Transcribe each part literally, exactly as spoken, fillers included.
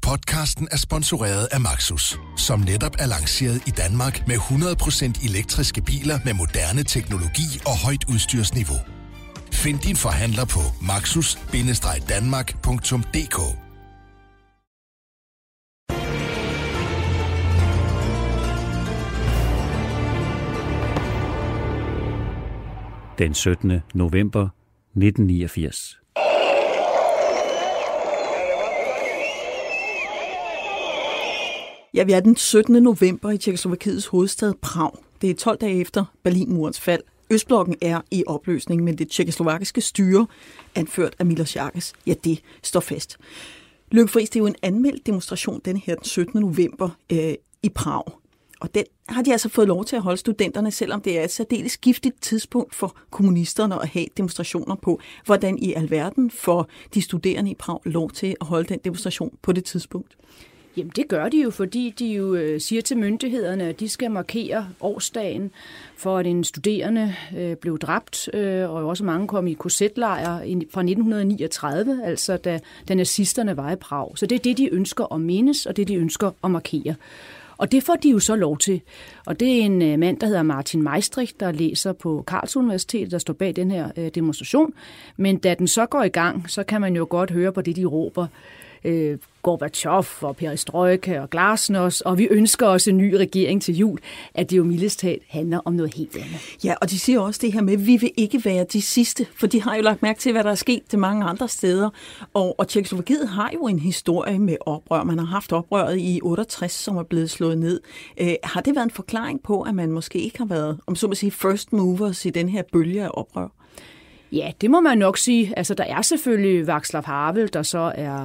Podcasten er sponsoreret af Maxus, som netop er lanceret i Danmark med hundrede procent elektriske biler med moderne teknologi og højt udstyrsniveau. Find din forhandler på maxus bindestreg danmark punktum d k. Den syttende november nitten niogfirs. Ja, vi er den syttende november i Tjekkoslovakiets hovedstad Prag. Det er tolv dage efter Berlinmurens fald. Østblokken er i opløsning, men det tjekkoslovakiske styre, anført af Milošević, ja, det står fast. Lykke Friis, det er jo en anmeldt demonstration, denne her den syttende november øh, i Prag. Og den har de altså fået lov til at holde studenterne, selvom det er et særdeles giftigt tidspunkt for kommunisterne at have demonstrationer på. Hvordan i alverden får de studerende i Prag lov til at holde den demonstration på det tidspunkt? Jamen det gør de jo, fordi de jo øh, siger til myndighederne, at de skal markere årsdagen for, at en studerende øh, blev dræbt, øh, og også mange kom i K Z-lejre fra nitten niogtredive, altså da, da nazisterne var i Prag. Så det er det, de ønsker at mindes, og det de ønsker at markere. Og det får de jo så lov til. Og det er en øh, mand, der hedder Martin Maestricht, der læser på Karlsruhe Universitet, der står bag den her øh, demonstration. Men da den så går i gang, så kan man jo godt høre på det, de råber. Øh, Gorbachev og Perestrojka og Glasnost, og vi ønsker os en ny regering til jul, at det jo mildest talt handler om noget helt andet. Ja, og de siger også det her med, at vi vil ikke være de sidste, for de har jo lagt mærke til, hvad der er sket til mange andre steder, og, og Tjekkoslovakiet har jo en historie med oprør. Man har haft oprøret i otteogtres, som er blevet slået ned. Øh, har det været en forklaring på, at man måske ikke har været, om så må sige, first movers i den her bølge af oprør? Ja, det må man nok sige. Altså, der er selvfølgelig Václav Havel, der så er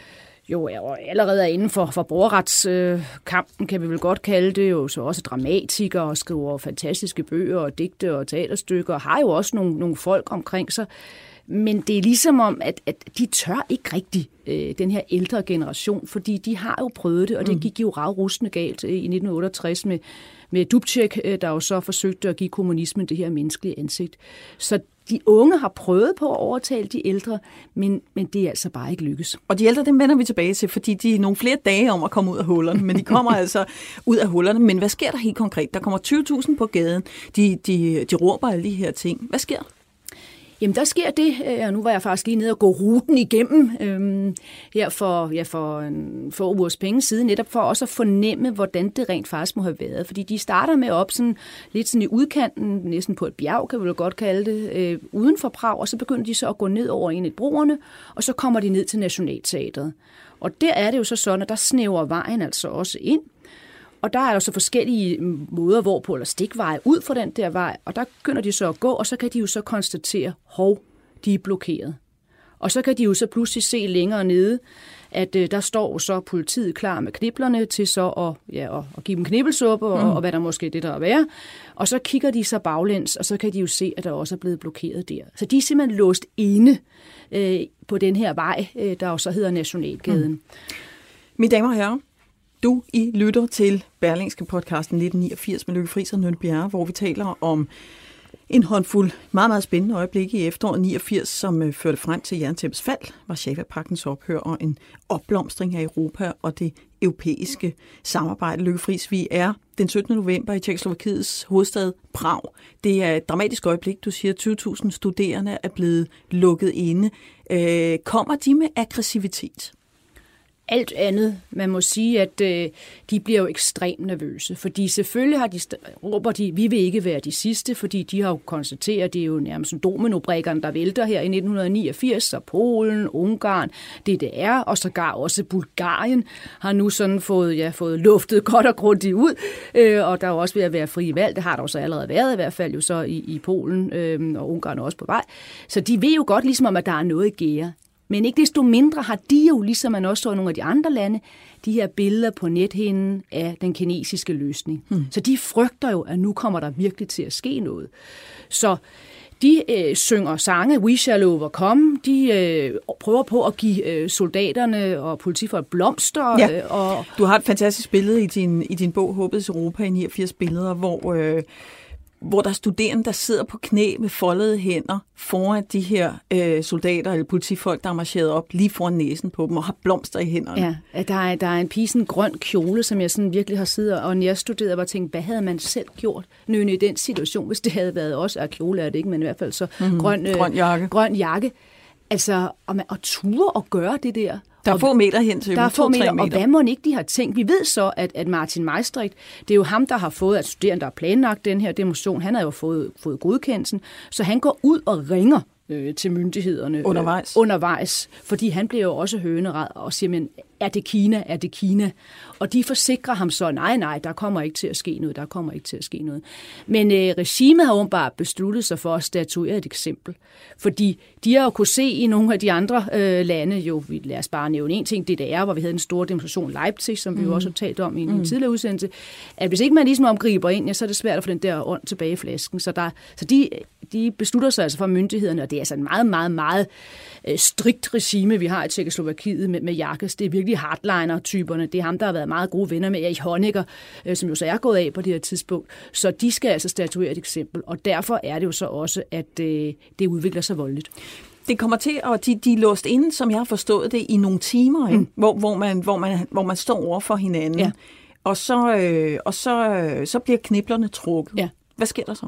jo allerede er inden for, for borgerretskampen, øh, kan vi vel godt kalde det, jo så også dramatiker og skriver fantastiske bøger og digte og teaterstykker, og har jo også nogle, nogle folk omkring sig. Men det er ligesom om, at, at de tør ikke rigtig øh, den her ældre generation, fordi de har jo prøvet det, og det gik jo ravrustende galt øh, i nitten otteogtres med, med Dubček, øh, der jo så forsøgte at give kommunismen det her menneskelige ansigt. Så de unge har prøvet på at overtale de ældre, men, men det er altså bare ikke lykkes. Og de ældre, dem vender vi tilbage til, fordi de er nogle flere dage om at komme ud af hullerne, men de kommer altså ud af hullerne. Men hvad sker der helt konkret? Der kommer tyve tusind på gaden, de, de, de råber alle de her ting. Hvad sker der? Jamen, der sker det, og nu var jeg faktisk lige nede og gå ruten igennem øhm, her for, ja, for en få ugers penge siden, netop for også at fornemme, hvordan det rent faktisk må have været. Fordi de starter med op sådan, lidt sådan i udkanten, næsten på et bjerg, kan vi vel godt kalde det, øh, uden for Prag, og så begynder de så at gå ned over en af broerne, og så kommer de ned til Nationalteatret. Og der er det jo så sådan, at der snæver vejen altså også ind. Og der er der så forskellige måder, hvorpå, eller stikveje ud fra den der vej, og der begynder de så at gå, og så kan de jo så konstatere, hov, de er blokeret. Og så kan de jo så pludselig se længere nede, at øh, der står så politiet klar med kniblerne til så at, ja, at, at give dem knibbelsuppe, og, mm. og hvad der måske er det, der er værre. Og så kigger de så baglæns, og så kan de jo se, at der også er blevet blokeret der. Så de er simpelthen låst inde øh, på den her vej, øh, der jo så hedder Nationalgaden. Mm. Mine damer og herrer, du I lytter til Berlingske podcasten nitten niogfirs med Lykke Friis og Nøn Bjerre, hvor vi taler om en håndfuld meget, meget spændende øjeblikke i efteråret niogfirs, som øh, førte frem til jerntæppets fald, Warszawapagtens ophør og en opblomstring af Europa og det europæiske samarbejde. Lykke Friis, vi er den syttende november i Tjekkoslovakiets hovedstad Prag. Det er et dramatisk øjeblik. Du siger, at tyve tusind studerende er blevet lukket inde. Øh, kommer de med aggressivitet? Alt andet. Man må sige, at øh, de bliver jo ekstremt nervøse, fordi selvfølgelig har de, råber de, vi vil ikke være de sidste, fordi de har jo konstateret, at det er jo nærmest dominobrikkerne, der vælter her i nitten niogfirs, så Polen, Ungarn, D D R og sågar også Bulgarien har nu sådan fået, ja, fået luftet godt og grundigt ud, øh, og der er jo også ved at være frie valg, det har der jo så allerede været i hvert fald jo så i, i Polen, øh, og Ungarn er også på vej. Så de ved jo godt ligesom om, at der er noget i gære. Men ikke desto mindre har de jo, ligesom man også så i nogle af de andre lande, de her billeder på nethinden af den kinesiske løsning. Hmm. Så de frygter jo, at nu kommer der virkelig til at ske noget. Så de øh, synger sange, We Shall Overcome. De øh, prøver på at give øh, soldaterne og politifolk blomster. Ja. Øh, og du har et fantastisk billede i din, i din bog, Håbets Europa, i niogfirs billeder, hvor... Øh hvor der er studerende, der sidder på knæ med foldede hænder foran de her øh, soldater eller politifolk, der er marcheret op lige foran næsen på dem og har blomster i hænderne. Ja, der er, der er en pige, sådan en grøn kjole, som jeg sådan virkelig har siddet og nærstuderet og tænkt, hvad havde man selv gjort nødvendigt i den situation, hvis det havde været også, og kjole er det ikke, men i hvert fald så mm-hmm. grøn, øh, grøn jakke. Grøn jakke. Altså, og, man, og ture og gøre det der. Der er få meter hen til. Der er få meter, meter, og hvad må ikke de har tænkt? Vi ved så, at, at Martin Meistrich, det er jo ham, der har fået, at studerende, der har planlagt den her demonstration, han har jo fået, fået godkendelsen, så han går ud og ringer øh, til myndighederne. Undervejs. Øh, undervejs, fordi han bliver jo også høneret og siger, men er det Kina, er det Kina? Og de forsikrer ham så, nej, nej, der kommer ikke til at ske noget, der kommer ikke til at ske noget. Men øh, regimet har åbenbart besluttet sig for at statuere et eksempel. Fordi de har jo kunne se i nogle af de andre øh, lande, jo, lad os bare nævne en ting, D D R, hvor vi havde en stor demonstration i Leipzig, som vi mm. jo også har talt om i en mm. tidligere udsendelse, at hvis ikke man ligesom omgriber ind, ja, så er det svært at få den der ånd tilbage i flasken. Så, der, så de, de beslutter sig altså for myndighederne, og det er altså en meget, meget, meget øh, strikt regime, vi har i Tjekkoslovakiet med, med Jakkes. Det er virkelig hardliner-typerne. Det er ham, der har været meget gode venner med Erich Honecker, øh, som jo så er gået af på det her tidspunkt. Så de skal altså statuere et eksempel, og derfor er det jo så også, at øh, det udvikler sig voldeligt. Det kommer til, og de, de er låst inde, som jeg har forstået det, i nogle timer, mm. hvor, hvor, man, hvor, man, hvor man står over for hinanden. Ja. Og, så, øh, og så, øh, så bliver kniplerne trukket. Ja. Hvad sker der så?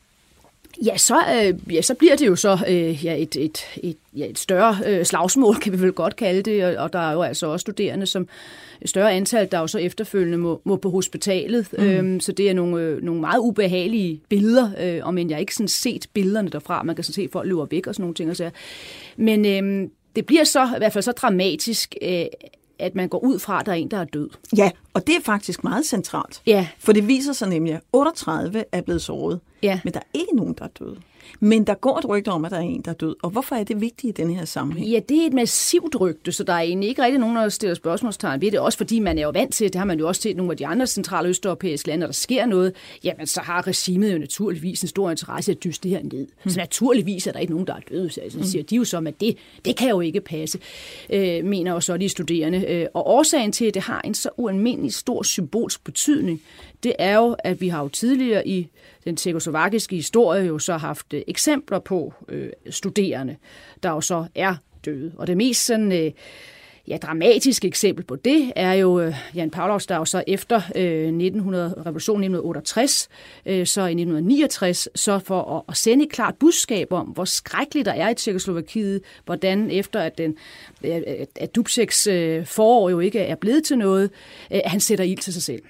Ja, så, øh, ja, så bliver det jo så øh, ja, et, et, et, ja, et større øh, slagsmål, kan vi vel godt kalde det, og, og der er jo altså også studerende, som et større antal, der jo så efterfølgende må, må på hospitalet. Mm. Øhm, så det er nogle, øh, nogle meget ubehagelige billeder, øh, om end jeg ikke sådan set billederne derfra. Man kan så se, at folk løber væk og sådan nogle ting. Og så. Men øh, det bliver så i hvert fald så dramatisk, øh, at man går ud fra, at der er en, der er død. Ja, og det er faktisk meget centralt. Ja. For det viser sig nemlig, at otteogtredive er blevet såret, ja. Men der er ikke nogen, der er døde. Men der går et rygte om, at der er en, der er død. Og hvorfor er det vigtigt i denne her sammenhæng? Ja, det er et massivt rygte, så der er egentlig ikke rigtig nogen, der stiller spørgsmålstegn ved det. Også fordi man er jo vant til, det har man jo også set nogle af de andre centrale østeuropæiske lande, når der sker noget, jamen så har regimet jo naturligvis en stor interesse at dyste det her ned. Hmm. Så naturligvis er der ikke nogen, der er døde. Så altså, siger de jo som, at det, det kan jo ikke passe, øh, mener jo så de studerende. Og årsagen til, at det har en så ualmindelig stor symbolsk betydning, det er jo, at vi har jo tidligere i den tjekkoslovakiske historie jo så haft øh, eksempler på øh, studerende, der jo så er døde. Og det mest sådan, øh, ja, dramatiske eksempel på det er jo øh, Jan Pavlovs, der jo så efter øh, nitten hundrede, revolutionen nitten otteogtres, øh, så i nitten niogtres, så for at, at sende et klart budskab om, hvor skrækkeligt der er i Tjekkoslovakiet, hvordan efter at, den, øh, at Dubčeks øh, forår jo ikke er blevet til noget, øh, han sætter ild til sig selv.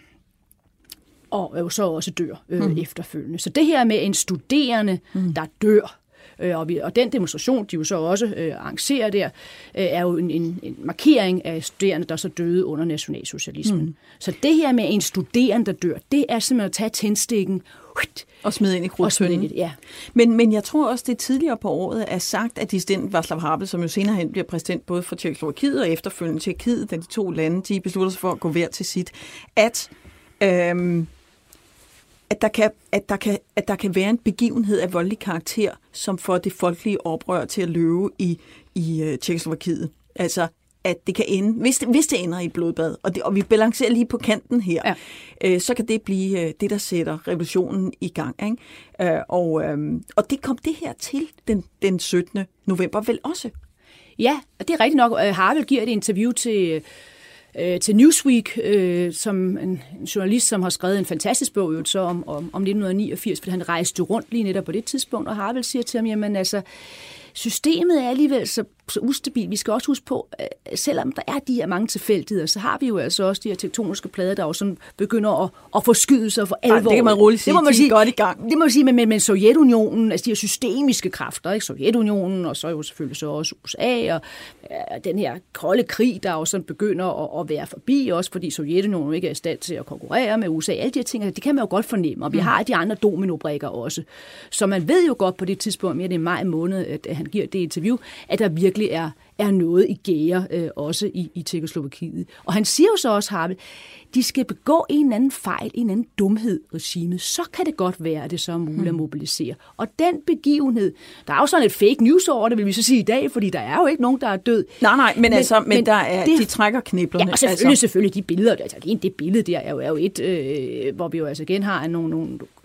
Og jo så også dør øh, mm. efterfølgende. Så det her med en studerende, mm. der dør, øh, og, vi, og den demonstration, de jo så også øh, arrangerer der, øh, er jo en, en, en markering af studerende, der så døde under nationalsocialismen. Mm. Så det her med en studerende, der dør, det er simpelthen at tage tændstikken og smide ind i krudtønden. Ja. Men, men jeg tror også, det tidligere på året er sagt, at dissidenten Václav Havel, som jo senere hen bliver præsident både for Tjekkoslovakiet og efterfølgende Tjekkiet, da de to lande, de beslutter sig for at gå hver til sit, at øhm, At der, kan, at, der kan, at der kan være en begivenhed af voldelig karakter, som får det folkelige oprør til at løbe i, i uh, Tjekkoslovakiet. Altså, at det kan ende, hvis det, hvis det ender i et blodbad, og, det, og vi balancerer lige på kanten her, ja. øh, så kan det blive øh, det, der sætter revolutionen i gang. Ikke? Øh, og, øh, og det kom det her til den, den syttende november vel også. Ja, det er rigtigt nok. Havel giver et interview til... til Newsweek, øh, som en, en journalist, som har skrevet en fantastisk bog jo, så om, om, om nitten niogfirs, fordi han rejste rundt lige netop på det tidspunkt, og Havel siger til ham, jamen altså, systemet er alligevel så, så ustabilt. Vi skal også huske på, at selvom der er de her mange tilfældigheder, så har vi jo altså også de her tektoniske plader, der jo sådan begynder at, at forskyde sig for alvor. Det kan man roligt sige, det må man sige, godt i gang. Det må man sige, men, men, men Sovjetunionen, altså de her systemiske kræfter, ikke? Sovjetunionen, og så jo selvfølgelig så også U S A, og ja, den her kolde krig, der jo sådan begynder at, at være forbi, også fordi Sovjetunionen ikke er i stand til at konkurrere med U S A. Alle de her ting, det kan man jo godt fornemme, og vi mm. har de andre dominobrikker også. Så man ved jo godt på det tidspunkt, mere det er maj måned, at han giver det interview, at der virkelig er, er noget i gære, øh, også i, i Tjekkoslovakiet. Og han siger jo så også, Havel, de skal begå en eller anden fejl, en eller anden dumhed, regimet, så kan det godt være, at det så er muligt at mobilisere. Og den begivenhed, der er jo sådan et fake news over det, vil vi så sige i dag, fordi der er jo ikke nogen, der er død. Nej, nej, men, men, altså, men, men der er, det, de trækker kniblerne. Ja, og selvfølgelig, altså. selvfølgelig de billeder, altså det billede der er jo, er jo et, øh, hvor vi jo altså igen har nogle, nogle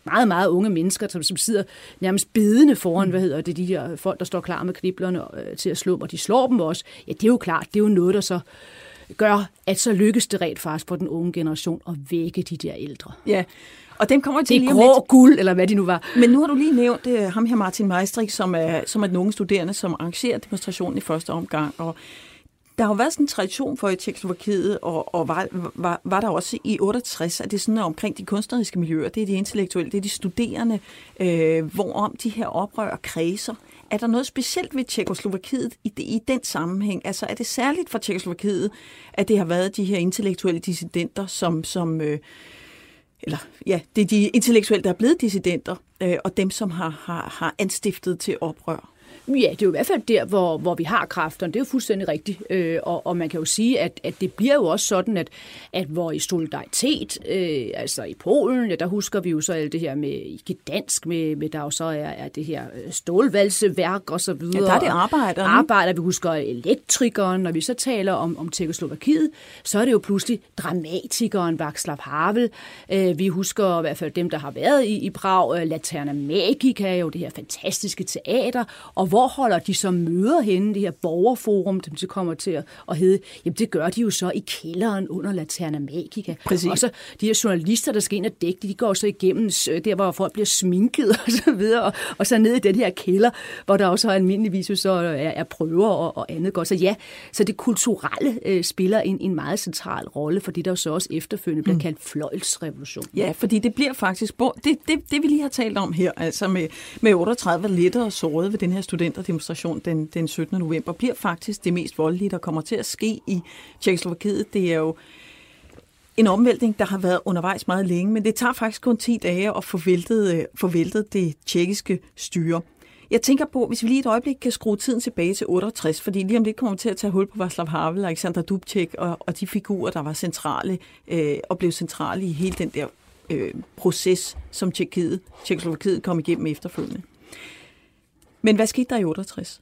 meget, meget unge mennesker, som, som sidder nærmest bedende foran, hvad hedder det, de her folk, der står klar med kniblerne øh, til at slå dem, og de slår dem også. Ja, det er jo klart, det er jo noget, der så gør, at så lykkes det rent faktisk for den unge generation at vække de der ældre. Ja, og dem kommer til det er grå guld, eller hvad de nu var. Men nu har du lige nævnt uh, ham her Martin Majstrik, som er, som er den unge studerende, som arrangerer demonstrationen i første omgang, og der har jo været sådan en tradition for i Tjekkoslovakiet, og, og var, var, var der også i otteogtres, at det er sådan omkring de kunstneriske miljøer, det er de intellektuelle, det er de studerende, øh, hvorom de her oprør kredser. Er der noget specielt ved Tjekkoslovakiet i, i den sammenhæng? Altså er det særligt for Tjekkoslovakiet, at det har været de her intellektuelle dissidenter, som... som øh, eller ja, det er de intellektuelle, der er blevet dissidenter, øh, og dem, som har, har, har anstiftet til oprør? Ja, det er jo i hvert fald der, hvor, hvor vi har kræfterne. Det er jo fuldstændig rigtigt. Øh, og, og man kan jo sige, at, at det bliver jo også sådan, at, at hvor i Solidaritet, øh, altså i Polen, ja, der husker vi jo så alt det her med ikke dansk, med, med der jo så er, er det her stålvalseværk og så videre. Ja, der er det arbejdere. Arbejder, vi husker elektrikeren. Når vi så taler om, om Tjekkoslovakiet, så er det jo pludselig dramatikeren Václav Havel. Øh, vi husker i hvert fald dem, der har været i, i Prag. Laterna Magica, jo det her fantastiske teater, og hvor holder de så møder henne, det her borgerforum, som de kommer til at hedde? Jamen det gør de jo så i kælderen under Laterna Magica. Præcis. Og så de her journalister, der skal ind og dække det, de går så igennem der, hvor folk bliver sminket og så videre, og, og så ned i den her kælder, hvor der også almindeligvis så er, er prøver og, og andet godt. Så ja, så det kulturelle øh, spiller en, en meget central rolle, for det der så også efterfølgende bliver mm. kaldt fløjlsrevolution. Ja, fordi det bliver faktisk, det, det, det vi lige har talt om her, altså med, med otteogtredive liter og såret ved den her studenterdemonstration den, den syttende november, bliver faktisk det mest voldelige, der kommer til at ske i Tjekkoslovakiet. Det er jo en omvæltning, der har været undervejs meget længe, men det tager faktisk kun ti dage at få væltet, få væltet det tjekkiske styre. Jeg tænker på, hvis vi lige et øjeblik kan skrue tiden tilbage til otteogtres, fordi lige om lidt kommer vi til at tage hul på Václav Havel, Alexander Dubček og, og de figurer, der var centrale øh, og blev centrale i hele den der øh, proces, som Tjekkiet, Tjekkoslovakiet kom igennem efterfølgende. Men hvad skete der i otteogtres?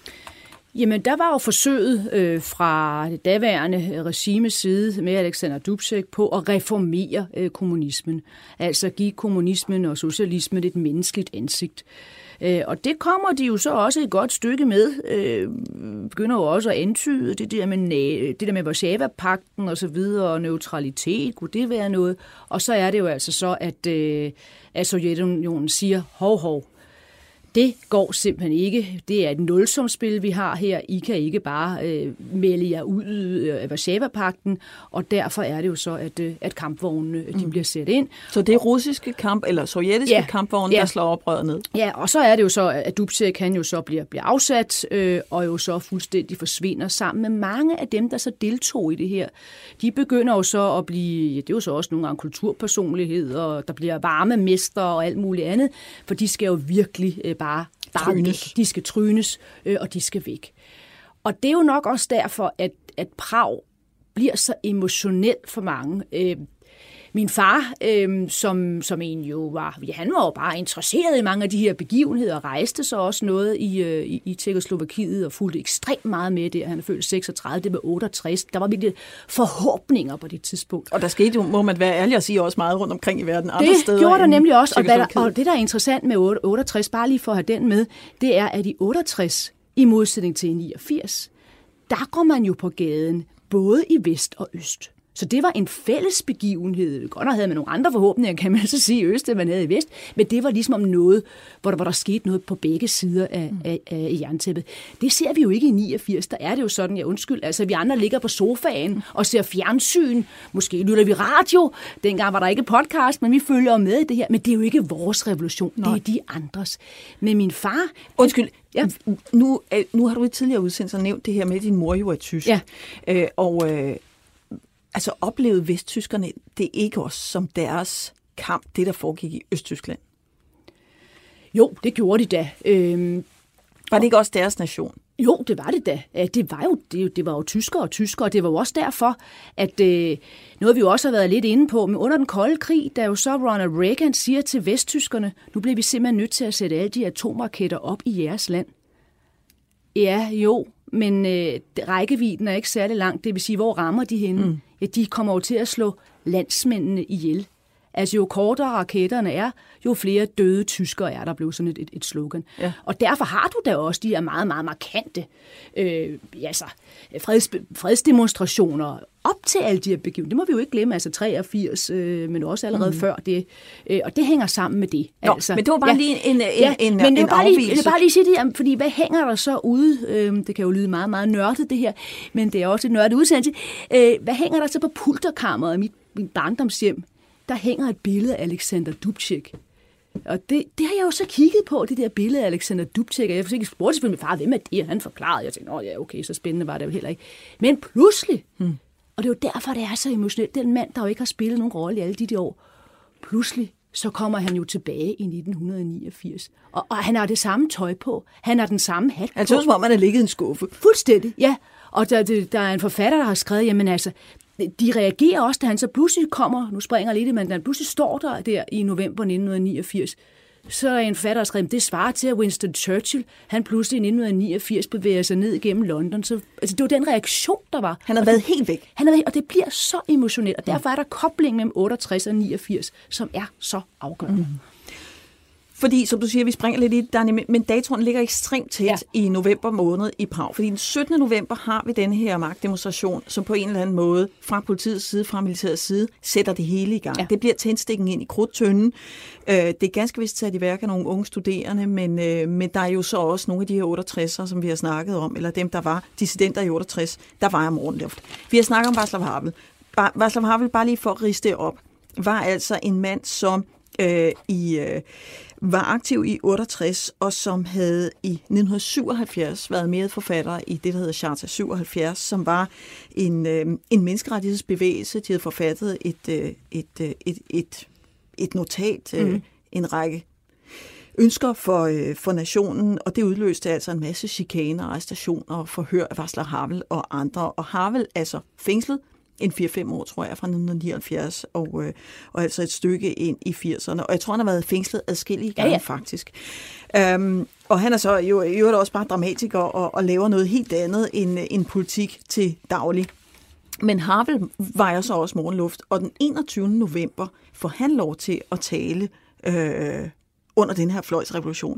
Jamen, der var jo forsøget øh, fra det daværende regimes side med Alexander Dubček på at reformere øh, kommunismen. Altså give kommunismen og socialismen et menneskeligt ansigt. Øh, og det kommer de jo så også et godt stykke med. Øh, begynder jo også at antyde det der med, det der med Warszawa-pagten og så videre, og neutralitet, kunne det være noget? Og så er det jo altså så, at, øh, at Sovjetunionen siger, hov, hov, det går simpelthen ikke. Det er et nulsumsspil, vi har her. I kan ikke bare øh, melde jer ud af Warszawa-pagten, og derfor er det jo så, at, at kampvognene de mm. bliver sat ind. Så det er russiske kamp, eller sovjetiske ja, kampvogne, ja. der slår oprøret ned? Ja, og så er det jo så, at Dubček han jo så bliver, bliver afsat, øh, og jo så fuldstændig forsvinder sammen med mange af dem, der så deltog i det her. De begynder jo så at blive, ja, det er jo så også nogle gange kulturpersonligheder, og der bliver varmemester og alt muligt andet, for de skal jo virkelig øh, bare, bare væk. De skal trynes, øh, og de skal væk. Og det er jo nok også derfor, at, at Prag bliver så emotionel for mange. Øh, min far, øh, som, som en jo var, ja, han var jo bare interesseret i mange af de her begivenheder, og rejste så også noget i, øh, i, i Tjekkoslovakiet og fulgte ekstremt meget med det. Han er født seksogtredive, det var otteogtres. Der var virkelig forhåbninger på det tidspunkt. Og der skete jo, må man være ærlig at sige, også meget rundt omkring i verden. Andre det steder gjorde der nemlig også, og, der, og det der er interessant med otteogtres, bare lige for at have den med, det er, at i otteogtres, i modsætning til i niogfirs, der går man jo på gaden, både i vest og øst. Så det var en fælles begivenhed. Godt nok havde man nogle andre forhåbninger, kan man så sige, i øst, end man havde i vest. Men det var ligesom om noget, hvor der, hvor der skete noget på begge sider af, mm. af, af jerntæppet. Det ser vi jo ikke i niogfirs. Der er det jo sådan, jeg undskyld, altså vi andre ligger på sofaen og ser fjernsyn. Måske lytter vi radio. Dengang var der ikke podcast, men vi følger med i det her. Men det er jo ikke vores revolution. Nej. Det er de andres. Men min far... Undskyld. Ja. Nu, nu har du i tidligere udsendelser nævnt det her med, at din mor jo er tysk. Ja. Øh, og... Øh, Altså oplevede vesttyskerne det ikke også som deres kamp, det der foregik i Østtyskland? Jo, det gjorde de da. Øhm, var det ikke også deres nation? Jo, det var det da. Det var jo, det, det var jo tyskere og tyskere, og det var jo også derfor, at øh, noget vi jo også har været lidt inde på, men under den kolde krig, da jo så Ronald Reagan siger til vesttyskerne, nu bliver vi simpelthen nødt til at sætte alle de atomraketter op i jeres land. Ja, jo, men øh, rækkevidden er ikke særlig langt. Det vil sige, hvor rammer de henne? Mm. Ja, de kommer jo til at slå landsmændene ihjel. Altså jo kortere raketterne er, jo flere døde tyskere er der, blev sådan et, et, et slogan. Ja. Og derfor har du da også de her meget, meget markante øh, altså, freds, fredsdemonstrationer op til alle de her begivenheder. Det må vi jo ikke glemme, altså treogfirs, øh, men også allerede mm. før det. Øh, og det hænger sammen med det. Nå, altså, men det var bare ja, lige en, en, ja, en, men en bare afvigelse. Lige, jeg vil bare lige sige det, fordi hvad hænger der så ude? Øh, det kan jo lyde meget, meget nørdet det her, men det er også et nørdet udsendelse. Øh, hvad hænger der så på pulterkammeret af mit, mit barndomshjem? Der hænger et billede af Alexander Dubček. Og det, det har jeg jo så kigget på, det der billede af Alexander Dubček, og jeg fik spurgt selvfølgelig min far, hvem er det? Han forklarede, jeg tænkte, nå ja, okay, så spændende var det jo heller ikke. Men pludselig, hmm. og det er jo derfor, det er så emotionelt, den mand, der jo ikke har spillet nogen rolle i alle de, de år, pludselig, så kommer han jo tilbage i nitten niogfirs. Og, og han har det samme tøj på, han har den samme hat på. Han synes, som om han er ligget i en skuffe. Fuldstændig, ja. Og der, der er en forfatter, der har skrevet, jamen altså, de reagerer også, da han så pludselig kommer, nu springer lidt, men da han pludselig står der, der i november nitten niogfirs, så er en forfatter, der skrev, det svarer til, at Winston Churchill, han pludselig i nitten niogfirs bevæger sig ned igennem London. Så, altså, det var den reaktion, der var. Han har været helt væk. Han har været, og det bliver så emotionelt, og derfor er der kobling mellem otteogtres og niogfirs, som er så afgørende. Mm. Fordi, som du siger, vi springer lidt i det, der er, men datoren ligger ekstremt tæt ja. i november måned i Prag. Fordi den syttende november har vi denne her magtdemonstration, som på en eller anden måde fra politiets side, fra militærets side, sætter det hele i gang. Ja. Det bliver tændstikken ind i krudtønden. Det er ganske vist sat i værk af nogle unge studerende, men, men der er jo så også nogle af de her otteogtredsere, som vi har snakket om, eller dem, der var dissidenter i otteogtres, der var i morgenluft. Vi har snakket om Václav Havel. Václav Havel, bare lige for at riste det op, var altså en mand, som øh, i... Øh, var aktiv i otteogtres, og som havde i nitten syvoghalvfjerds været medforfatter i det, der hedder Charta syvoghalvfjerds, som var en, øh, en menneskerettighedsbevægelse. De havde forfattet et, øh, et, øh, et, et, et notat, øh, mm. en række ønsker for, øh, for nationen, og det udløste altså en masse chikaner, arrestationer og forhør af Václav Havel og andre. Og Havel altså fængslet en fire fem år, tror jeg, fra nitten nioghalvfjerds, og, øh, og altså et stykke ind i firserne. Og jeg tror, han har været fængslet adskillige gange, ja, ja. faktisk. Um, og han er så jo, jo også bare dramatiker og, og laver noget helt andet end, end politik til daglig. Men Havel vejer så også morgenluft, og den enogtyvende november får han lov til at tale øh, under den her fløjsrevolution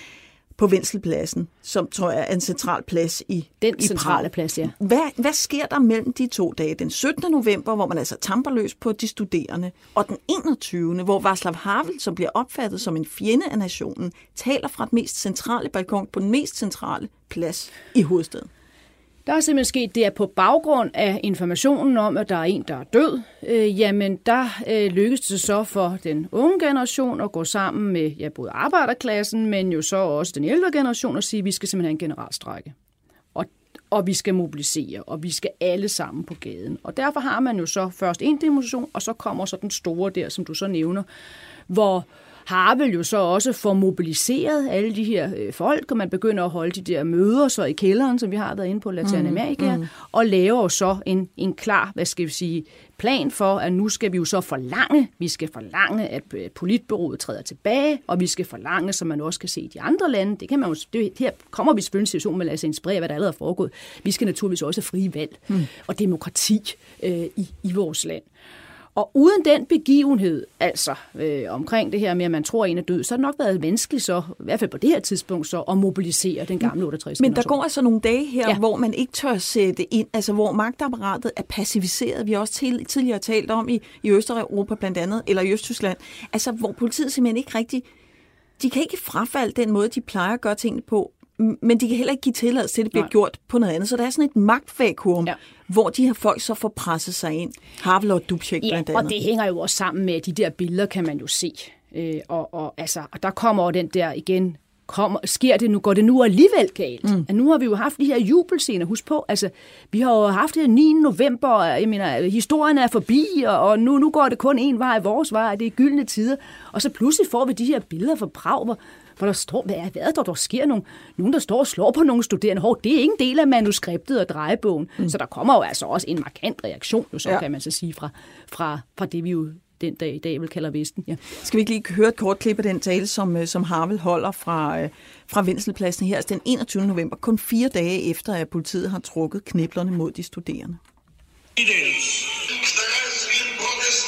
på Wenzelpladsen, som tror jeg er en central plads i Den i centrale plads, ja. Hvad, hvad sker der mellem de to dage? Den syttende november, hvor man altså tamper løs på de studerende, og den enogtyvende, hvor Václav Havel, som bliver opfattet som en fjende af nationen, taler fra den mest centrale balkon på den mest centrale plads i hovedstaden. Der er simpelthen sket det, at på baggrund af informationen om, at der er en, der er død, øh, jamen der øh, lykkes det så for den unge generation at gå sammen med ja, både arbejderklassen, men jo så også den ældre generation og sige, at vi skal simpelthen have en generalstrejke. Og, og vi skal mobilisere, og vi skal alle sammen på gaden. Og derfor har man jo så først en demonstration, og så kommer så den store der, som du så nævner, hvor Havel jo så også får mobiliseret alle de her øh, folk, og man begynder at holde de der møder så i kælderen, som vi har været inde på Latinamerika, mm, mm. og laver jo så en, en klar, hvad skal vi sige, plan for, at nu skal vi jo så forlange, vi skal forlange, at politbureauet træder tilbage, og vi skal forlange, som man også kan se i de andre lande, det kan man jo, det, her kommer vi selvfølgelig en situation med at lade sig inspirere, hvad der allerede er foregået. Vi skal naturligvis også have frie valg mm. og demokrati øh, i, i vores land. Og uden den begivenhed, altså øh, omkring det her med, at man tror, at en er død, så har det nok været vanskeligt så, i hvert fald på det her tidspunkt, så at mobilisere den gamle otteogtres Men der går altså nogle dage her, ja. hvor man ikke tør sætte ind, altså hvor magtapparatet er passiviseret. Vi har også til, tidligere talt om i, i Østeuropa blandt andet, eller i Østtyskland, altså hvor politiet simpelthen ikke rigtig, de kan ikke frafalde den måde, de plejer at gøre tingene på, men de kan heller ikke give tilladelse til, at det bliver Nej. gjort på noget andet. Så der er sådan et magtvakuum, ja. hvor de her folk så får presset sig ind. Havel og Dubček ja, blandt andet. Og det hænger jo også sammen med de der billeder, kan man jo se. Øh, og, og, altså, og der kommer den der igen, kommer, sker det nu, går det nu alligevel galt? Mm. At nu har vi jo haft de her jubelscener, husk på, altså, vi har jo haft det her niende november, og jeg mener, historien er forbi, og, og nu, nu går det kun en vej, vores vej, det er gyldne tider, og så pludselig får vi de her billeder fra Prag, hvor hvor der står, hvad er hvad der, der sker nogle, nogen, der står og slår på nogle studerende. Hov, det er ikke en del af manuskriptet og drejebogen. Mm. Så der kommer jo altså også en markant reaktion, jo så ja. kan man så sige, fra, fra, fra det, vi jo den dag i dag vil kalde Vesten. Ja. Skal vi ikke lige høre et kort klip af den tale, som, som Havel holder fra, fra Wenzelpladsen her, altså den enogtyvende november, kun fire dage efter, at politiet har trukket kniplerne mod de studerende. Starаюсь свин протест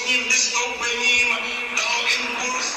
ústním vystoupením dal impuls.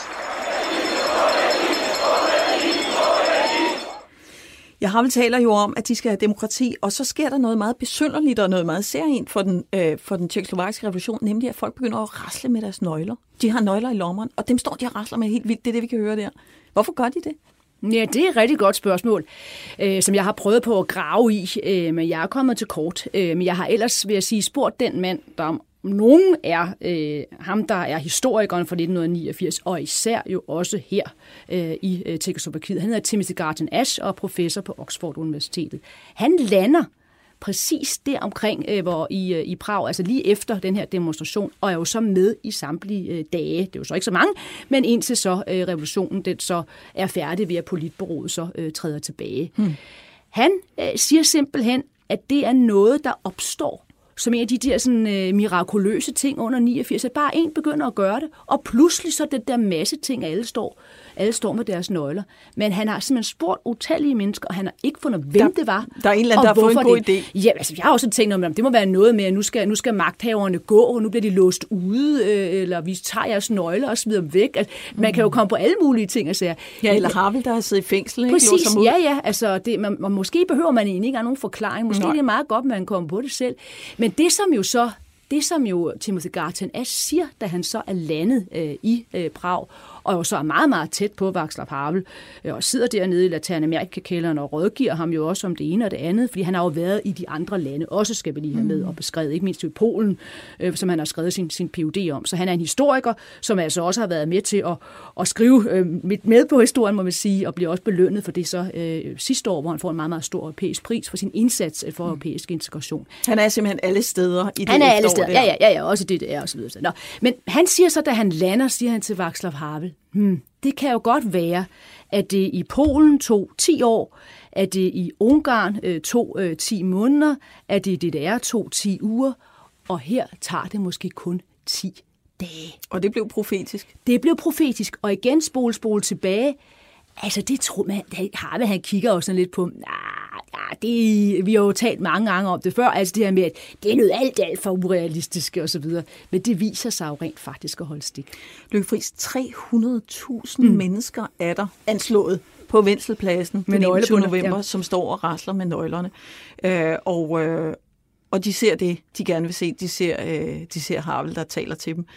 Jeg har vel taler jo om, at de skal have demokrati, og så sker der noget meget besynderligt og noget meget særligt for den, øh, for den tjekkoslovakiske revolution, nemlig at folk begynder at rasle med deres nøgler. De har nøgler i lommerne, og dem står de og rasler med helt vildt. Det er det, vi kan høre der. Hvorfor gør de det? Ja, det er et rigtig godt spørgsmål, øh, som jeg har prøvet på at grave i, øh, men jeg er kommet til kort. Øh, men jeg har ellers, vil jeg sige, spurgt den mand, der om nogen er øh, ham, der er historikeren fra nitten niogfirs, og især jo også her øh, i øh, Tjekkoslovakiet. Han hedder Timothy Garton Ash og er professor på Oxford Universitetet. Han lander præcis der omkring, øh, hvor i, øh, i Prag, altså lige efter den her demonstration, og er jo så med i samtlige øh, dage. Det er jo så ikke så mange, men indtil så øh, revolutionen den så er færdig ved, at politbureauet så øh, træder tilbage. Hmm. Han øh, siger simpelthen, at det er noget, der opstår som en af de der sådan, øh, mirakuløse ting under niogfirs, at bare en begynder at gøre det, og pludselig så det der masse ting, alle står, alle står med deres nøgler. Men han har simpelthen spurgt utallige mennesker, og han har ikke fundet, hvem der, det var. Der er en eller anden, der har fået en god det. idé. Ja, altså, jeg har også tænkt om, det må være noget med, at nu skal, nu skal magthaverne gå, og nu bliver de låst ude, øh, eller vi tager jeres nøgler og smider dem væk. Altså, mm. Man kan jo komme på alle mulige ting og sige. Ja, eller Havel, der har siddet i fængsel. Ikke? Præcis, ja, ja. Altså, det, man, man, måske behøver man egentlig ikke have nogen forklaring. Måske Nej. Det er meget godt, at man kommer på det selv. Men det, som jo så Det, som jo Timothy Garton Ash siger, da han så er landet øh, i øh, Prag, og jo så er meget, meget tæt på Václav Havel, øh, og sidder dernede i Latinamerika-kælderen og rådgiver ham jo også om det ene og det andet, fordi han har jo været i de andre lande, også skal vi lige have med og beskrevet, ikke mindst i Polen, øh, som han har skrevet sin, sin P H D om. Så han er en historiker, som altså også har været med til at, at skrive øh, med på historien, må man sige, og bliver også belønnet for det så øh, sidste år, hvor han får en meget, meget stor europæisk pris for sin indsats for europæisk integration. Han er simpelthen alle steder i det Han er alle steder, ja, ja, ja, ja, også det, det er og så videre. Nå, men han siger så, da han lander, siger han til Václav Havel, hmm, det kan jo godt være, at det i Polen tog ti år, at det i Ungarn øh, tog øh, ti måneder, at det i D D R tog ti uger, og her tager det måske kun ti dage. Og det blev profetisk. Det blev profetisk, og igen spole, spole tilbage. Altså, det tror man, Havel, han kigger også sådan lidt på, nah, ja, det, vi har jo talt mange gange om det før, altså det her med, at det er noget alt, alt for urealistisk og så videre. Men det viser sig jo rent faktisk at holde stik. Lykke Friis, tre hundrede tusind mm. mennesker er der anslået på Wenzelpladsen den enogtyvende november, ja. Som står og rasler med nøglerne. Øh, og, øh, og de ser det, de gerne vil se. De ser, øh, de ser Havel, der taler til dem.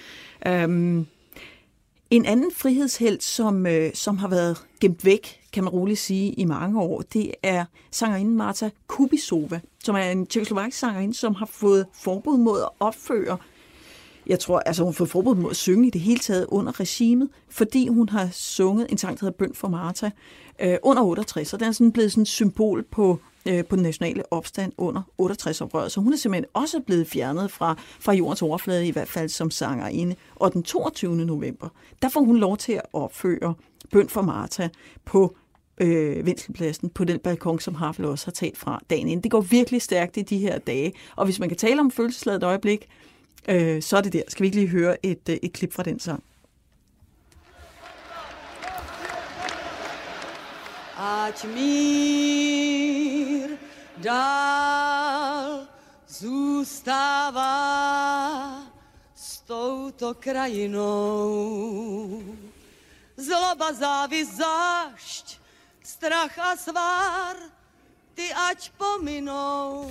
Øh, En anden frihedshelt, som, øh, som har været gemt væk, kan man roligt sige, i mange år, det er sangerinden Marta Kubisova, som er en tjekkoslovakisk sangerinde, som har fået forbud mod at opføre, jeg tror, altså hun har fået forbud mod at synge i det hele taget under regimet, fordi hun har sunget en sang, der hedder Bøn for Marta, øh, under otteogtres, og den er sådan blevet sådan et symbol på på den nationale opstand under otteogtres-oprøret. Så hun er simpelthen også blevet fjernet fra, fra jordens overflade, i hvert fald som sangerinde. Og den toogtyvende november, der får hun lov til at opføre Bøn for Marta på øh, Wenzelpladsen, på den balkon, som Havel også har talt fra dagen inden. Det går virkelig stærkt i de her dage. Og hvis man kan tale om følelsesladet øjeblik, øh, så er det der. Skal vi ikke lige høre et, et klip fra den sang? Ať mír dál zůstává s touto krajinou. Zloba, závist, zášť, strach a svár, ty ať pominou.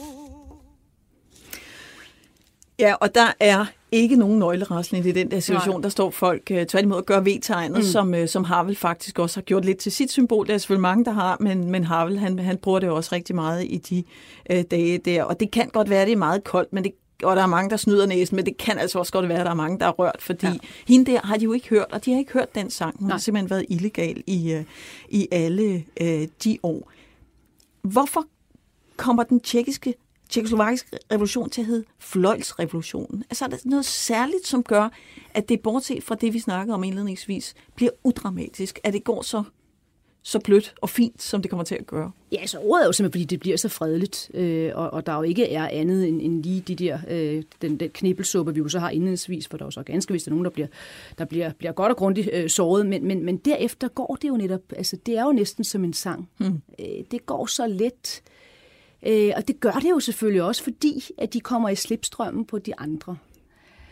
Ja, og der er ikke nogen nøglerasling i den der situation. Nej. Der står folk uh, tværtimod at gøre V-tegnet, mm. som, uh, som Havel faktisk også har gjort lidt til sit symbol. Der er selvfølgelig mange, der har, men, men Havel, han, han bruger det også rigtig meget i de uh, dage der. Og det kan godt være, det er meget koldt, men det, og der er mange, der snyder næsen, men det kan altså også godt være, at der er mange, der er rørt, fordi ja. Hende der har de jo ikke hørt, og de har ikke hørt den sang. Hun Nej. Har simpelthen været illegal i, uh, i alle uh, de år. Hvorfor kommer den tjekkiske tjekkoslovakiske revolution til at hedde fløjlsrevolutionen? Altså er der noget særligt, som gør, at det bortset fra det, vi snakkede om indledningsvis, bliver udramatisk, at det går så, så blødt og fint, som det kommer til at gøre? Ja, så ordet er jo simpelthen, fordi det bliver så fredeligt, øh, og, og der jo ikke er andet end, end lige de der, øh, den, den knibelsuppe, vi jo så har indledningsvis, for der er jo så ganske vist, der er nogen, der bliver, der bliver, bliver godt og grundigt øh, såret, men, men, men derefter går det jo netop, altså det er jo næsten som en sang. Hmm. Øh, det går så let. Øh, og det gør det jo selvfølgelig også, fordi at de kommer i slipstrømmen på de andre.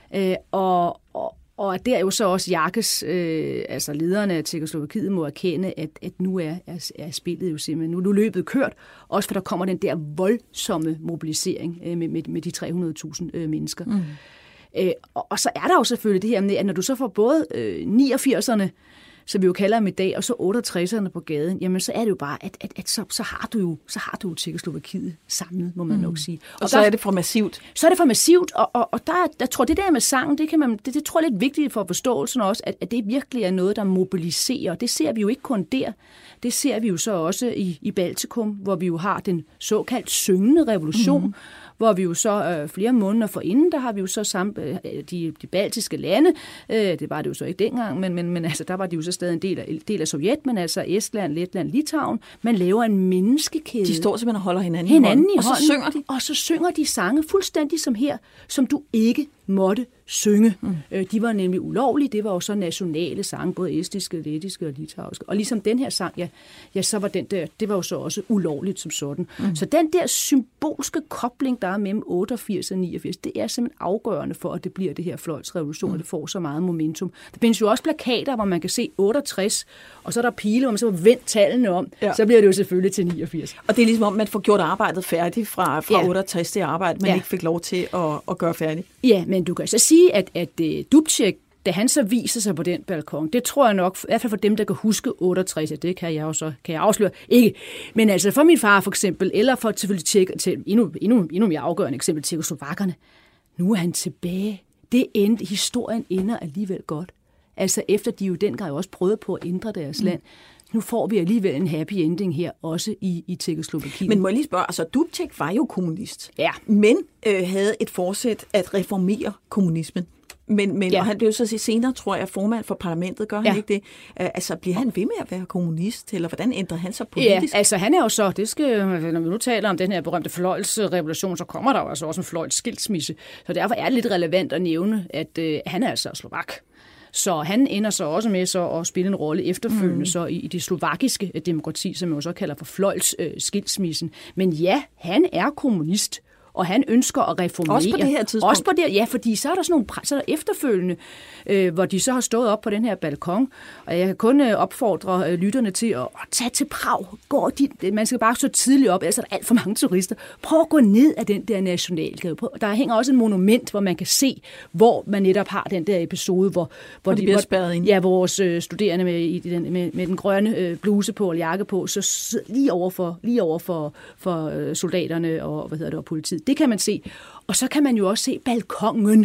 Øh, og, og, og der er jo så også Jakes, øh, altså lederne af Tjekkoslovakiet, må erkende, at, at nu er, er, er spillet jo simpelthen, nu er løbet kørt, også for der kommer den der voldsomme mobilisering øh, med, med, med de tre hundrede tusind øh, mennesker. Mm. Øh, og, og så er der jo selvfølgelig det her med, at når du så får både øh, niogfirserne, som vi jo kalder dem i dag, og så otteogtresserne på gaden, jamen så er det jo bare, at, at, at så, så har du jo så har du jo Tjekkoslovakiet samlet, må man mm. nok sige. Og, og så der, er det for massivt. Så er det for massivt, og, og, og der, der tror det der med sangen, det, kan man, det, det tror jeg er lidt vigtigt for forståelsen også, at, at det virkelig er noget, der mobiliserer. Det ser vi jo ikke kun der. Det ser vi jo så også i, i Baltikum, hvor vi jo har den såkaldt syngende revolution, mm. hvor vi jo så øh, flere måneder forinden, der har vi jo så sammen, øh, de, de baltiske lande, øh, det var det jo så ikke dengang, men, men, men altså, der var de jo så stadig en del af, del af Sovjet, men altså Estland, Letland, Litauen, man laver en menneskekæde. De står simpelthen og holder hinanden, hinanden i hånden, i hånden, og så synger de. Og så synger de sange fuldstændig som her, som du ikke måtte synge. Mm. Øh, de var nemlig ulovlige, det var jo så nationale sange, både estiske, lettiske og litauiske. Og ligesom den her sang, ja, ja så var den der, det var jo så også ulovligt som sådan. Mm. Så den der symbolske kobling, der er mellem otteogfirs og niogfirs, det er simpelthen afgørende for, at det bliver det her fløjtsrevolution, mm. og det får så meget momentum. Der findes jo også plakater, hvor man kan se otteogtres, og så er der pile, hvor man så vendt tallene om, ja. Så bliver det jo selvfølgelig til niogfirs. Og det er ligesom om, man får gjort arbejdet færdigt fra, fra ja. otteogtres til arbejde, man ja. ikke fik lov til at, at gøre færdigt. Ja, men du kan så sige, at, at uh, Dubček, da han så viser sig på den balkon, det tror jeg nok, i hvert fald for dem, der kan huske otteogtres, det kan jeg jo så kan jeg afsløre, ikke. Men altså for min far for eksempel, eller for selvfølgelig tjek, til endnu, endnu, endnu mere afgørende eksempel, tjekkoslovakkerne, nu er han tilbage. Det endte, historien ender alligevel godt. Altså efter de jo dengang også prøvede på at ændre deres mm. land. Nu får vi alligevel en happy ending her, også i, i Tjekkoslovakiet. Men må jeg lige spørge, altså Dubček var jo kommunist, ja. men øh, havde et forsæt at reformere kommunismen. Men, men ja. og han blev så senere, tror jeg, formand for parlamentet, gør han ja. ikke det? Altså, bliver han ved med at være kommunist, eller hvordan ændrer han sig politisk? Ja, altså han er jo så, det skal, når vi nu taler om den her berømte fløjtsrevolution, så kommer der jo altså også en fløjtsskilsmisse. Så derfor er det lidt relevant at nævne, at øh, han er altså slovak. Så han ender så også med så at spille en rolle efterfølgende mm. så i, i det slovakiske demokrati, som man jo så kalder for fløjtsskilsmissen. Men ja, han er kommunist. Og han ønsker at reformere. Også på det her tidspunkt? Også på det, ja, fordi så er der sådan nogle så er der efterfølgende, øh, hvor de så har stået op på den her balkon. Og jeg kan kun øh, opfordre øh, lytterne til at, at tage til Prag. Gå de, man skal bare så tidligt op, ellers er der alt for mange turister. Prøv at gå ned af den der nationalgade. Der hænger også en monument, hvor man kan se, hvor man netop har den der episode, hvor, hvor, de, de bliver spærret ind. Ja, vores øh, studerende med, i den, med, med den grønne øh, bluse på og jakke på, så sidder lige over for, lige over for, for øh, soldaterne og, hvad hedder det, og politiet. Det kan man se. Og så kan man jo også se balkongen,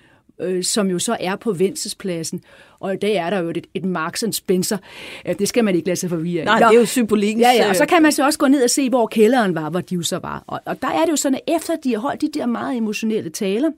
øh, som jo så er på Vencespladsen. Og i dag er der jo et, et Marks and Spencer. Det skal man ikke lade sig forvirre. Nej, det er jo symbolikken. Ja, ja, og så kan man så også gå ned og se, hvor kælderen var, hvor de jo så var. Og, og der er det jo sådan, at efter de har holdt de der meget emotionelle taler,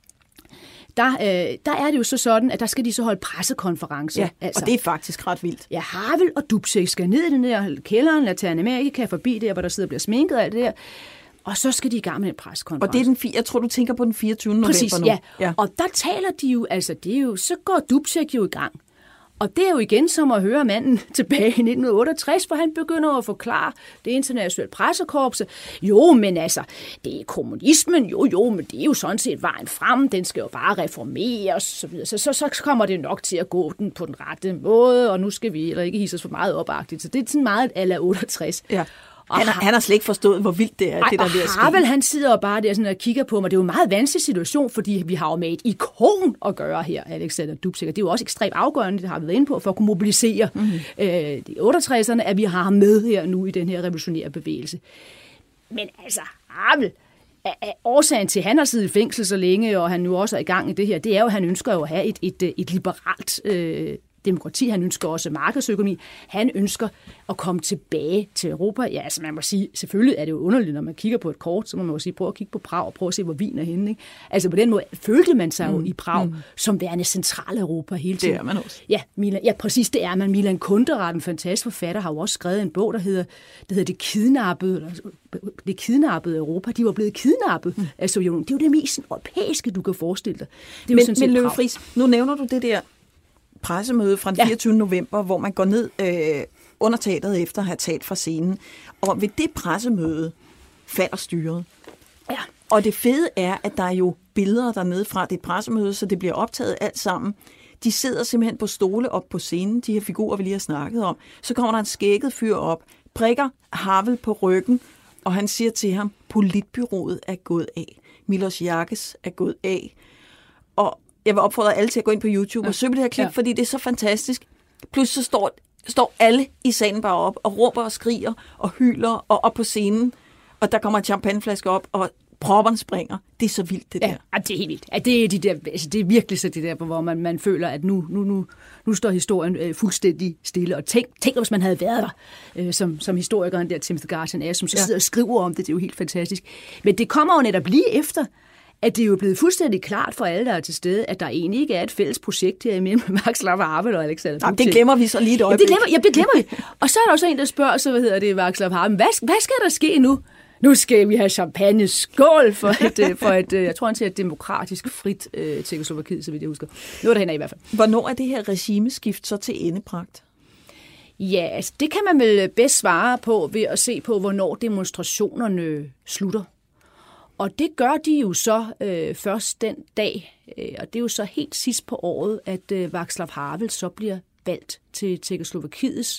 Der, øh, der er det jo så sådan, at der skal de så holde pressekonferencer. Ja, altså, og det er faktisk ret vildt. Ja, Havel og Dubček skal ned i den der kælderen, Latinamerika forbi der, hvor der sidder og bliver sminket og alt det der. Og så skal de i gang med en pressekonference. Og det er den, jeg tror, du tænker på den fireogtyvende november Præcis, nu. Ja. ja. Og der taler de jo, altså det er jo, så går Dubček jo i gang. Og det er jo igen som at høre manden tilbage i nitten otteogtres, hvor han begynder at forklare det internationale pressekorps. Jo, men altså, det er kommunismen, jo, jo, men det er jo sådan set vejen frem, den skal jo bare reformeres, så videre. Så, så, så kommer det nok til at gå den på den rette måde, og nu skal vi eller ikke hisse os for meget opagtigt. Så det er sådan meget a la otteogtres. Ja. Han har, han har slet ikke forstået, hvor vildt det er, ej, det der er ved at ske. Havel, han sidder og bare der sådan og kigger på mig. Det er jo en meget vanskelig situation, fordi vi har jo med et ikon at gøre her, Alexander Dubček. Det er jo også ekstremt afgørende, det har vi været inde på, for at kunne mobilisere mm-hmm. øh, de otteogtresserne, at vi har ham med her nu i den her revolutionære bevægelse. Men altså, Havel, årsagen til, at han har siddet i fængsel så længe, og han nu også er i gang i det her, det er jo, at han ønsker jo at have et, et, et liberalt øh, demokrati. Han ønsker også markedsøkonomi. Han ønsker at komme tilbage til Europa. Ja, altså man må sige, selvfølgelig er det jo underligt, når man kigger på et kort, så må man jo sige, prøv at kigge på Prag og prøv at se, hvor Wien er henne. Ikke? Altså på den måde følte man sig jo mm. i Prag mm. som værende Centraleuropa hele tiden. Det er man også. Ja, Milan, ja, præcis det er man. Milan Kundera, en fantastisk forfatter, har jo også skrevet en bog, der hedder, der hedder Det kidnappede, eller, det kidnappede Europa. De var blevet kidnappet mm. af Sovjetunionen. Det er jo det mest europæiske, du kan forestille dig. Det er men, jo sådan men Løve Friis, nu nævner du det der pressemøde fra den fireogtyvende november, hvor man går ned øh, under teateret efter at have talt fra scenen. Og ved det pressemøde falder styret. Ja. Og det fede er, at der er jo billeder dernede fra det pressemøde, så det bliver optaget alt sammen. De sidder simpelthen på stole op på scenen, de her figurer, vi lige har snakket om. Så kommer der en skægget fyr op, prikker Havel på ryggen, og han siger til ham, politbyrået er gået af. Milos Jakes er gået af. Og jeg vil opfordre alle til at gå ind på YouTube ja. og søge det her klip, ja. fordi det er så fantastisk. Pludselig så står, står alle i salen bare op og råber og skriger og hyler og op på scenen. Og der kommer en champagneflaske op, og propperne springer. Det er så vildt, det der. Ja, det er helt vildt. Ja, det, er de der, altså, det er virkelig så det der, hvor man, man føler, at nu, nu, nu, nu står historien øh, fuldstændig stille. Og tænk, tænk, hvis man havde været der, øh, som, som historikeren der, Timothy Garton er, som så sidder ja. og skriver om det. Det er jo helt fantastisk. Men det kommer jo netop lige efter, at det er jo blevet fuldstændig klart for alle, der er til stede, at der egentlig ikke er et fælles projekt her imellem Václav Havel og Alexander Dubček. Det glemmer vi så lige et øjeblik. Ja, det glemmer, ja, det glemmer vi. Og så er der også en, der spørger, så hvad hedder det, Václav Havel, hvad, hvad skal der ske nu? Nu skal vi have champagne. Skål for et, for et jeg tror, han siger et demokratisk frit øh, Tjekkoslovakiet, så vidt jeg husker. Nu er der hen i hvert fald. Hvornår er det her regimeskift så til endepragt? Ja, altså, det kan man vel bedst svare på ved at se på, hvornår demonstrationerne slutter. Og det gør de jo så øh, først den dag, øh, og det er jo så helt sidst på året, at øh, Václav Havel så bliver valgt til Tjekkoslovakiets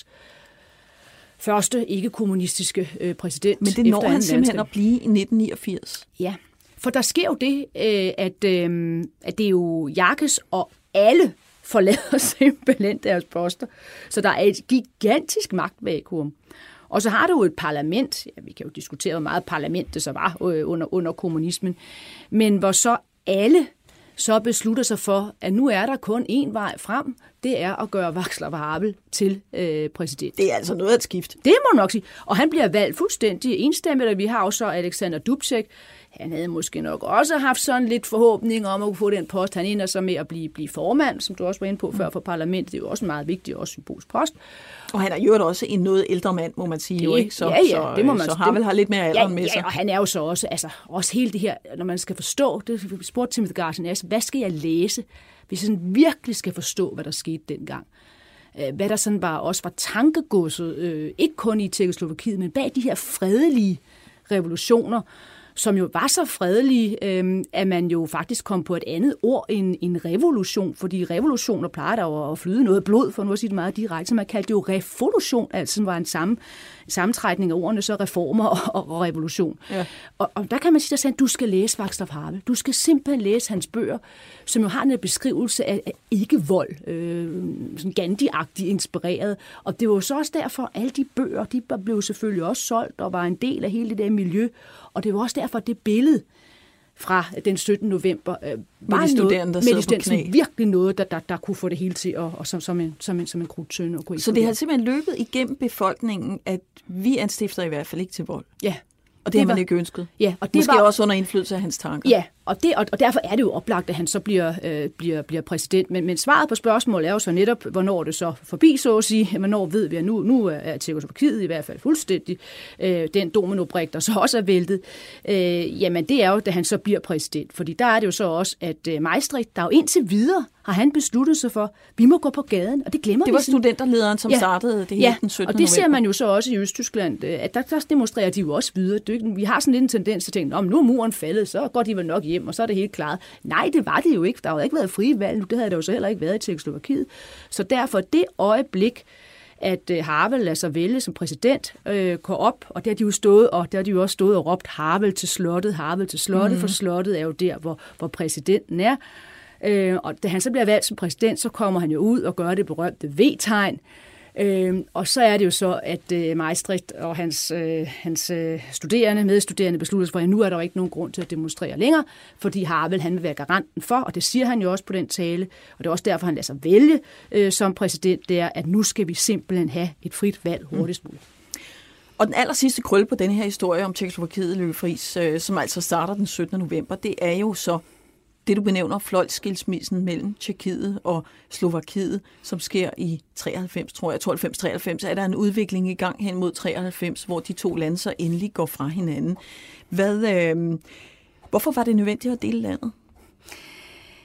første ikke-kommunistiske øh, præsident. Men det når han simpelthen at blive i nitten niogfirs. Ja, for der sker jo det, øh, at, øh, at det er jo Jakes og alle forlader simpelthen deres poster. Så der er et gigantisk magtvakuum. Og så har du jo et parlament, ja, vi kan jo diskutere, hvor meget parlament det så var øh, under, under kommunismen, men hvor så alle så beslutter sig for, at nu er der kun én vej frem, det er at gøre Václav Havel til øh, præsident. Det er altså noget af et skift. Det må man nok sige. Og han bliver valgt fuldstændig enstemmigt, og vi har også Alexander Dubček. Han havde måske nok også haft sådan lidt forhåbning om at få den post. Han ender så med at blive, blive formand, som du også var inde på før for parlamentet. Det er jo også en meget vigtig og også symbolsk post. Og han er jo også en noget ældre mand, må man sige. Det, jo ikke? Så, ja, ja, det må man så Havel har lidt mere alderen ja, med sig. Ja, og han er jo så også, altså også hele det her, når man skal forstå, det spurgte Timothy Garton, altså, hvad skal jeg læse, hvis jeg sådan virkelig skal forstå, hvad der skete dengang? Hvad der sådan bare også var tankegodset, øh, ikke kun i Tjekkoslovakiet, men bag de her fredelige revolutioner, som jo var så fredelige, øh, at man jo faktisk kom på et andet ord end en revolution, fordi revolutioner plejer der jo at flyde noget blod, for nu at sige det meget direkte, så man kaldte det jo revolution, altså var en samme, sammentrækning af ordene, så reformer og, og revolution. Ja. Og, og der kan man sige, at du skal læse Václav Havel, du skal simpelthen læse hans bøger, som jo har en beskrivelse af, af ikke-vold, øh, sådan Gandhi-agtigt inspireret, og det var jo så også derfor, at alle de bøger, de blev selvfølgelig også solgt og var en del af hele det der miljø, og det var også derfor, at det billede fra den syttende november øh, var med de studerende, der noget, med de virkelig noget, der, der, der kunne få det hele til, og, og som, som en, som en, som en krudtønde. Så det har simpelthen løbet igennem befolkningen, at vi anstifter i hvert fald ikke til vold. Ja. Og det, det har man var, ikke ønsket. Ja, og det Måske var også under indflydelse af hans tanker. Ja, og, det, og, og derfor er det jo oplagt, at han så bliver, øh, bliver, bliver præsident. Men, men svaret på spørgsmålet er jo så netop, hvornår det så forbi, så at sige. Hvornår ved vi, at nu, nu er Tjekkoslovakiet i hvert fald fuldstændig øh, den dominobrik, der så også er væltet. Øh, jamen det er jo, da han så bliver præsident. Fordi der er det jo så også, at øh, Maastricht, der jo indtil videre har han besluttet sig for, vi må gå på gaden, og det glemmer vi. Det var studenterlederen, som ja. startede det hele ja. den syttende november. Og det ser man jo så også i Østtyskland, at der, der demonstrerer de jo også videre. Vi har sådan lidt en tendens til at tænke, om nu er muren faldet, så går de vel nok hjem, og så er det helt klart. Nej, det var det jo ikke. Der har jo ikke været frie valg nu. Det havde der jo så heller ikke været i Tjekkoslovakiet. Så derfor det øjeblik, at Havel lader sig vælge som præsident, øh, går op, og der har de jo stået, og der har de jo også stået og råbt Havel til slottet, Havel til slottet, mm. for slottet er jo der, hvor, hvor præsidenten er. Øh, og da han så bliver valgt som præsident, så kommer han jo ud og gør det berømte V-tegn. Øh, og så er det jo så, at øh, Maastricht og hans, øh, hans øh, studerende, medstuderende beslutter sig for, at nu er der jo ikke nogen grund til at demonstrere længere, fordi Havel han vil være garanten for, og det siger han jo også på den tale, og det er også derfor, han lader sig vælge øh, som præsident, det er, at nu skal vi simpelthen have et frit valg hurtigst muligt. Og den aller sidste krølle på den her historie om Tjekkoslovakiet, Lykke Friis, øh, som altså starter den syttende november, det er jo så det, du benævner fløjtskilsmissen mellem Tjekkiet og Slovakiet, som sker i treoghalvfems, tror jeg, tooghalvfems treoghalvfems, er der en udvikling i gang hen mod treoghalvfems, hvor de to lande så endelig går fra hinanden. Hvad, øh, hvorfor var det nødvendigt at dele landet?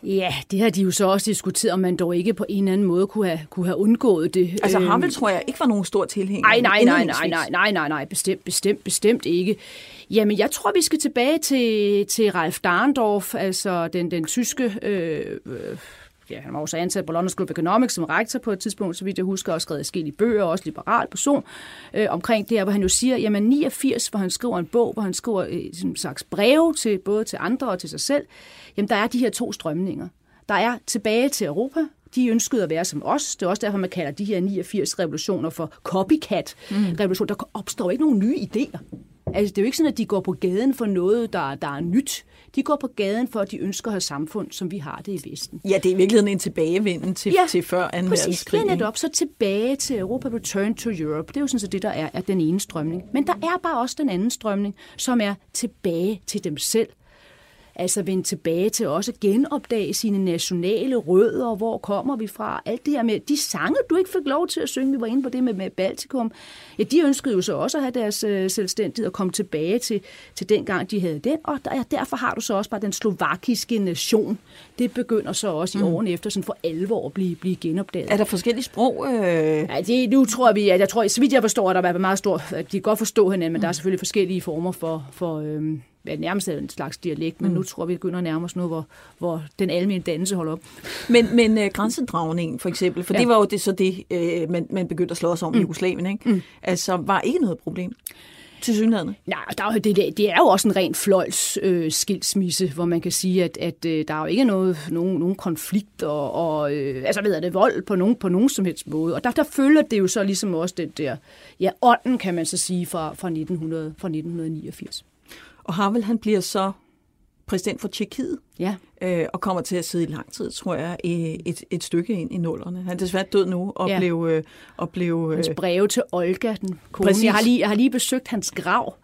Ja, det har de jo så også diskuteret, om man dog ikke på en eller anden måde kunne have, kunne have undgået det. Altså Havel tror jeg ikke var nogen stor tilhænger. Nej, nej, nej, nej, nej, nej, nej, nej, bestemt, bestemt, bestemt ikke. Jamen, jeg tror, vi skal tilbage til, til Ralph Dahrendorf, altså den, den tyske... Øh, øh, ja, han var også ansat på London School of Economics som rektor på et tidspunkt, så vidt jeg husker, og skrevet forskellige bøger, også liberal person, øh, omkring det her, hvor han jo siger, jamen niogfirs, hvor han skriver en bog, hvor han skriver øh, en slags breve til både til andre og til sig selv, jamen der er de her to strømninger. Der er tilbage til Europa. De ønskede at være som os. Det er også derfor, man kalder de her niogfirs revolutioner for copycat-revolutioner. Der opstår ikke nogen nye idéer. Altså, det er jo ikke sådan, at de går på gaden for noget, der, der er nyt. De går på gaden for, at de ønsker at have samfund, som vi har det i Vesten. Ja, det er i virkeligheden en tilbagevenden til, ja, til før anden præcis. verdenskrig. Det er netop så tilbage til Europa, return to Europe. Det er jo sådan set det, der er, er den ene strømning. Men der er bare også den anden strømning, som er tilbage til dem selv. Altså vende tilbage til også genopdage sine nationale rødder, hvor kommer vi fra, alt det her med de sange, du ikke fik lov til at synge, vi var inde på det med, med Baltikum, ja, de ønskede jo så også at have deres øh, selvstændighed og komme tilbage til, til den gang, de havde den, og der, ja, derfor har du så også bare den slovakiske nation. Det begynder så også i mm. årene efter sådan for alvor at blive, blive genopdaget. Er der forskellige sprog? Øh... Ja, det, nu tror vi, at jeg tror, så vidt jeg forstår, at der er meget stor, at de kan godt forstå hinanden, men mm. der er selvfølgelig forskellige former for, for øh, ja, nærmest en slags dialekt, men mm. nu tror vi, at vi begynder at nærme os noget, hvor, hvor den almindelige dannelse holder op. Men, men uh, grænsedragningen for eksempel, for ja. det var jo det, så det, uh, man, man begyndte at slå os om mm. i Jugoslavien, ikke? Mm. Altså, var ikke noget problem til synligheden? Nej, der er jo, det, det er jo også en ren fløjls øh, skilsmisse, hvor man kan sige, at, at øh, der er jo ikke noget, nogen, nogen konflikt og, og øh, altså, ved jeg, det vold på nogen, på nogen som helst måde. Og der, der følger det jo så ligesom også det der, ja, ånden, kan man så sige, fra, fra, nitten hundrede, fra nitten niogfirs. Og Havel, han bliver så præsident for Tjekkiet, ja. øh, og kommer til at sidde i lang tid, tror jeg, et, et stykke ind i nullerne. Han er desværre død nu, og ja. blev... Øh, og blev øh... Hans breve til Olga, den kone. Jeg har, lige, jeg har lige besøgt hans grav.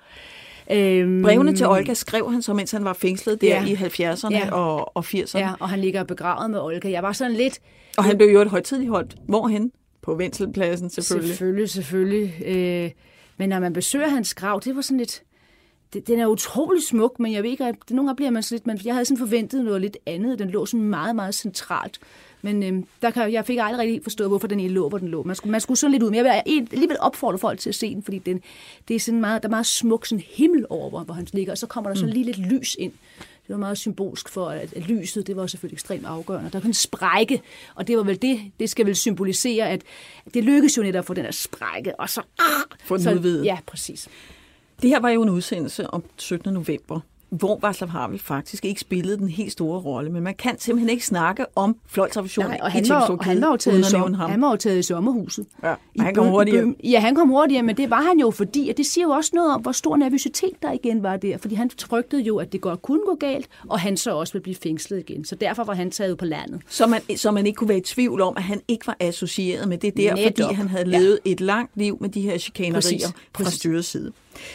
Øhm... Brevene til Olga skrev han så, mens han var fængslet der ja. i halvfjerdserne ja. og, og firserne. Ja, og han ligger begravet med Olga. Jeg var sådan lidt... Og han blev jo et højtidligt holdt. Hvorhen? På Wenzelpladsen, selvfølgelig. Selvfølgelig, selvfølgelig. Øh, men når man besøger hans grav, det var sådan lidt... Den er utrolig smuk, men jeg ved ikke, at nogle gange bliver man så lidt... Men jeg havde sådan forventet noget lidt andet. Den lå sådan meget, meget centralt. Men øhm, der kan, jeg fik aldrig rigtig forstået, hvorfor den ikke lå, hvor den lå. Man skulle, man skulle sådan lidt ud. Men jeg vil alligevel opfordre folk til at se den, fordi den, det er sådan meget, der er meget smuk sådan himmel over, hvor, hvor han ligger. Og så kommer der så lige lidt lys ind. Det var meget symbolsk for, at, at lyset, det var selvfølgelig ekstremt afgørende. Der kunne en sprække, og det var vel det, det skal vel symbolisere, at det lykkedes jo netop at få den der sprække, og så... Ah, få den udvidet. Ja, præcis. Det her var jo en udsendelse om syttende november, hvor Václav Havel faktisk ikke spillede den helt store rolle, men man kan simpelthen ikke snakke om fløjtsrevolutionen i Tjekkoslovakiet, han var jo taget, han var jo taget i sommerhuset. Ja, han kom hurtigt hjem. Ja, han kom hurtigt hjem, men det var han jo, fordi, og det siger jo også noget om, hvor stor nervøsitet der igen var der, fordi han frygtede jo, at det godt kunne gå galt, og han så også ville blive fængslet igen. Så derfor var han taget på landet. Så man, så man ikke kunne være i tvivl om, at han ikke var associeret med det der, netop. Fordi han havde levet ja. et langt liv med de her chikanerier fra styrets side.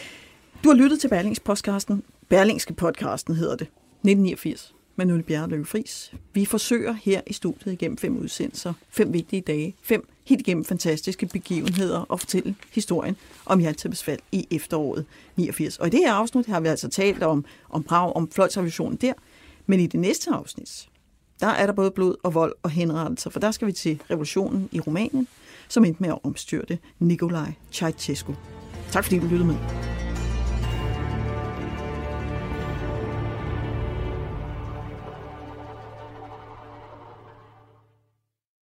Du har lyttet til Berlingske podcasten. Berlingske podcasten hedder det. nitten niogfirs med Nynne Bjerre og Lykke Friis. Vi forsøger her i studiet igennem fem udsendelser, fem vigtige dage, fem helt igennem fantastiske begivenheder og fortælle historien om Jaltas fald i efteråret niogfirs. Og i det her afsnit har vi altså talt om, om Prag, om fløjtsrevolutionen der. Men i det næste afsnit, der er der både blod og vold og henrettelser, for der skal vi til revolutionen i Rumænien, som endte med at omstyrte Nicolae Ceausescu. Tak fordi du lyttede med.